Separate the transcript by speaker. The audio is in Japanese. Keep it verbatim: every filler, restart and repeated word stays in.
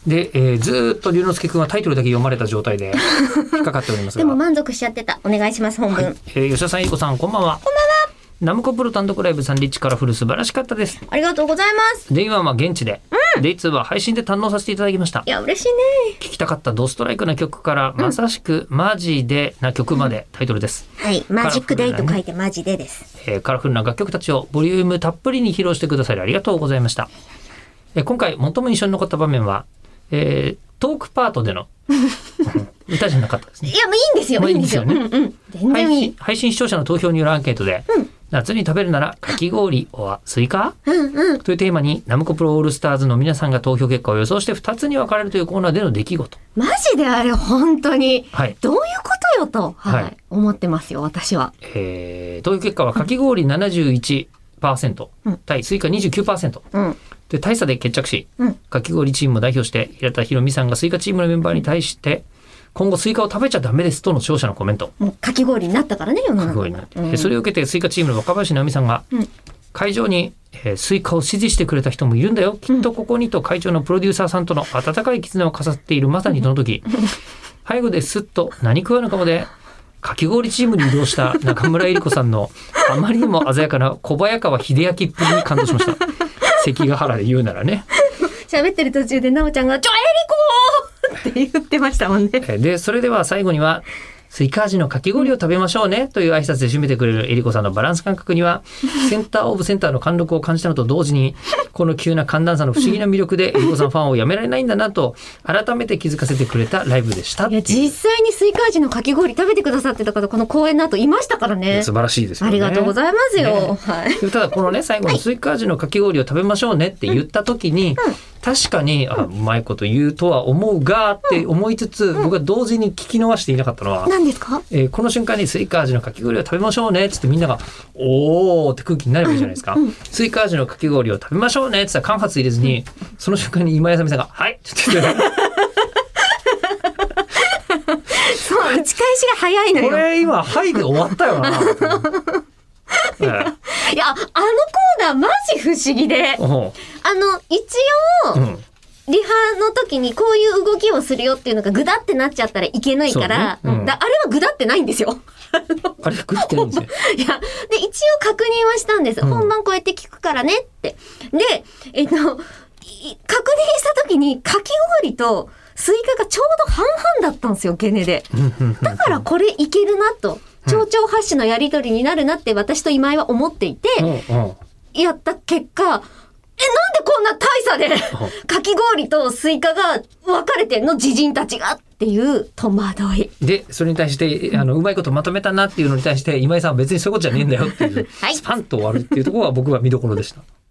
Speaker 1: で、えー、ずーっと龍之介くんはタイトルだけ読まれた状態で引っかかっておりますが
Speaker 2: でも満足しちゃってた。お願いします本文、
Speaker 1: はい。えー、吉田さん、えりこさん、こんばんは。
Speaker 2: こんばんは。
Speaker 1: ナムコプロ単独ライブサンリッチカラフル素晴らしかったです。
Speaker 2: ありがとうございます。
Speaker 1: デイワンは現地で、うん、デイツーは配信で堪能させていただきました。
Speaker 2: いや嬉しいね。
Speaker 1: 聞きたかったドストライクな曲から、うん、まさしくマジでな曲まで、タイトルです。
Speaker 2: はい、マジックデイと書いてマジでです。
Speaker 1: えー、カラフルな楽曲たちをボリュームたっぷりに披露してくださりありがとうございました。えー、今回最も印象に残った場面は、えー、トークパートでの歌じゃなかったですね。い
Speaker 2: やもういいんですよ、まあ、いいんですよ、ね、うんうん、全然いい。
Speaker 1: 配信、配信視聴者の投票によるアンケートで、うん、夏に食べるならかき氷はスイカ、うんうん、というテーマにナムコプロオールスターズの皆さんが投票結果を予想してふたつに分かれるというコーナーでの出来事。
Speaker 2: マジであれ本当に、はい、どういうことよと、はいはい、思ってますよ私は。
Speaker 1: えー、投票結果はかき氷 ななじゅういちパーセント、うん、対スイカ にじゅうきゅうパーセント、うん、で大差で決着し、うん、かき氷チームを代表して平田博美さんがスイカチームのメンバーに対して今後スイカを食べちゃダメですとの勝者のコメント。
Speaker 2: もうかき氷になったからね世の中。かき氷になって、
Speaker 1: うん、それを受けてスイカチームの若林直美さんが、うん、会場に、えー、スイカを支持してくれた人もいるんだよ、きっとここにと会長のプロデューサーさんとの温かい絆を飾っているまさにその時、うん、背後ですっと何食わぬかもでかき氷チームに移動した中村えり子さんのあまりにも鮮やかな小早川秀明っぷりに感動しました。関ヶ原で言うならね。
Speaker 2: 喋ってる途中でなおちゃんがちょえりこって言ってましたもんね。
Speaker 1: でそれでは最後にはスイカ味のかき氷を食べましょうねという挨拶で締めてくれるえりこさんのバランス感覚にはセンターオブセンターの貫禄を感じたのと同時にこの急な寒暖差の不思議な魅力でえりこさんファンをやめられないんだなと改めて気づかせてくれたライブでした。
Speaker 2: いや実際にスイカ味のかき氷食べてくださってた方この公演の後いましたからね。
Speaker 1: 素晴らしいですよね。
Speaker 2: ありがとうございますよ、ねはい、
Speaker 1: ただこのね最後のスイカ味のかき氷を食べましょうねって言った時に、うんうん確かにあうまいこと言うとは思うがって思いつつ、うん、僕は同時に聞き逃していなかったのは
Speaker 2: 何ですか、
Speaker 1: えー、この瞬間にスイカ味のかき氷を食べましょうねっつってみんながおーって空気になればいいじゃないですか、うんうん、スイカ味のかき氷を食べましょうねっつったら間髪入れずに、うん、その瞬間に今井あさみさんがはいって言って
Speaker 2: そう打ち返しが早いのよ。
Speaker 1: これ今はいで終わったよな
Speaker 2: いやあのコーナーマジ不思議であの一応、うんリハの時にこういう動きをするよっていうのがグダってなっちゃったらいけないから、ねうん、だあれはグダってないんですよ。
Speaker 1: あれグダってないんですよ。
Speaker 2: いやで一応確認はしたんです、うん、本番こうやって聞くからねってでえっと確認した時にかき氷とスイカがちょうど半々だったんですよゲネで。だからこれいけるなと蝶々発種のやり取りになるなって私と今井は思っていて、うんうん、やった結果えなんでこんな大差でかき氷とスイカが分かれてんの自陣たちがっていう戸惑い
Speaker 1: でそれに対してあのうまいことまとめたなっていうのに対して今井さんは別にそういうことじゃねえんだよっていう、はい、スパンと終わるっていうところが僕は見どころでした。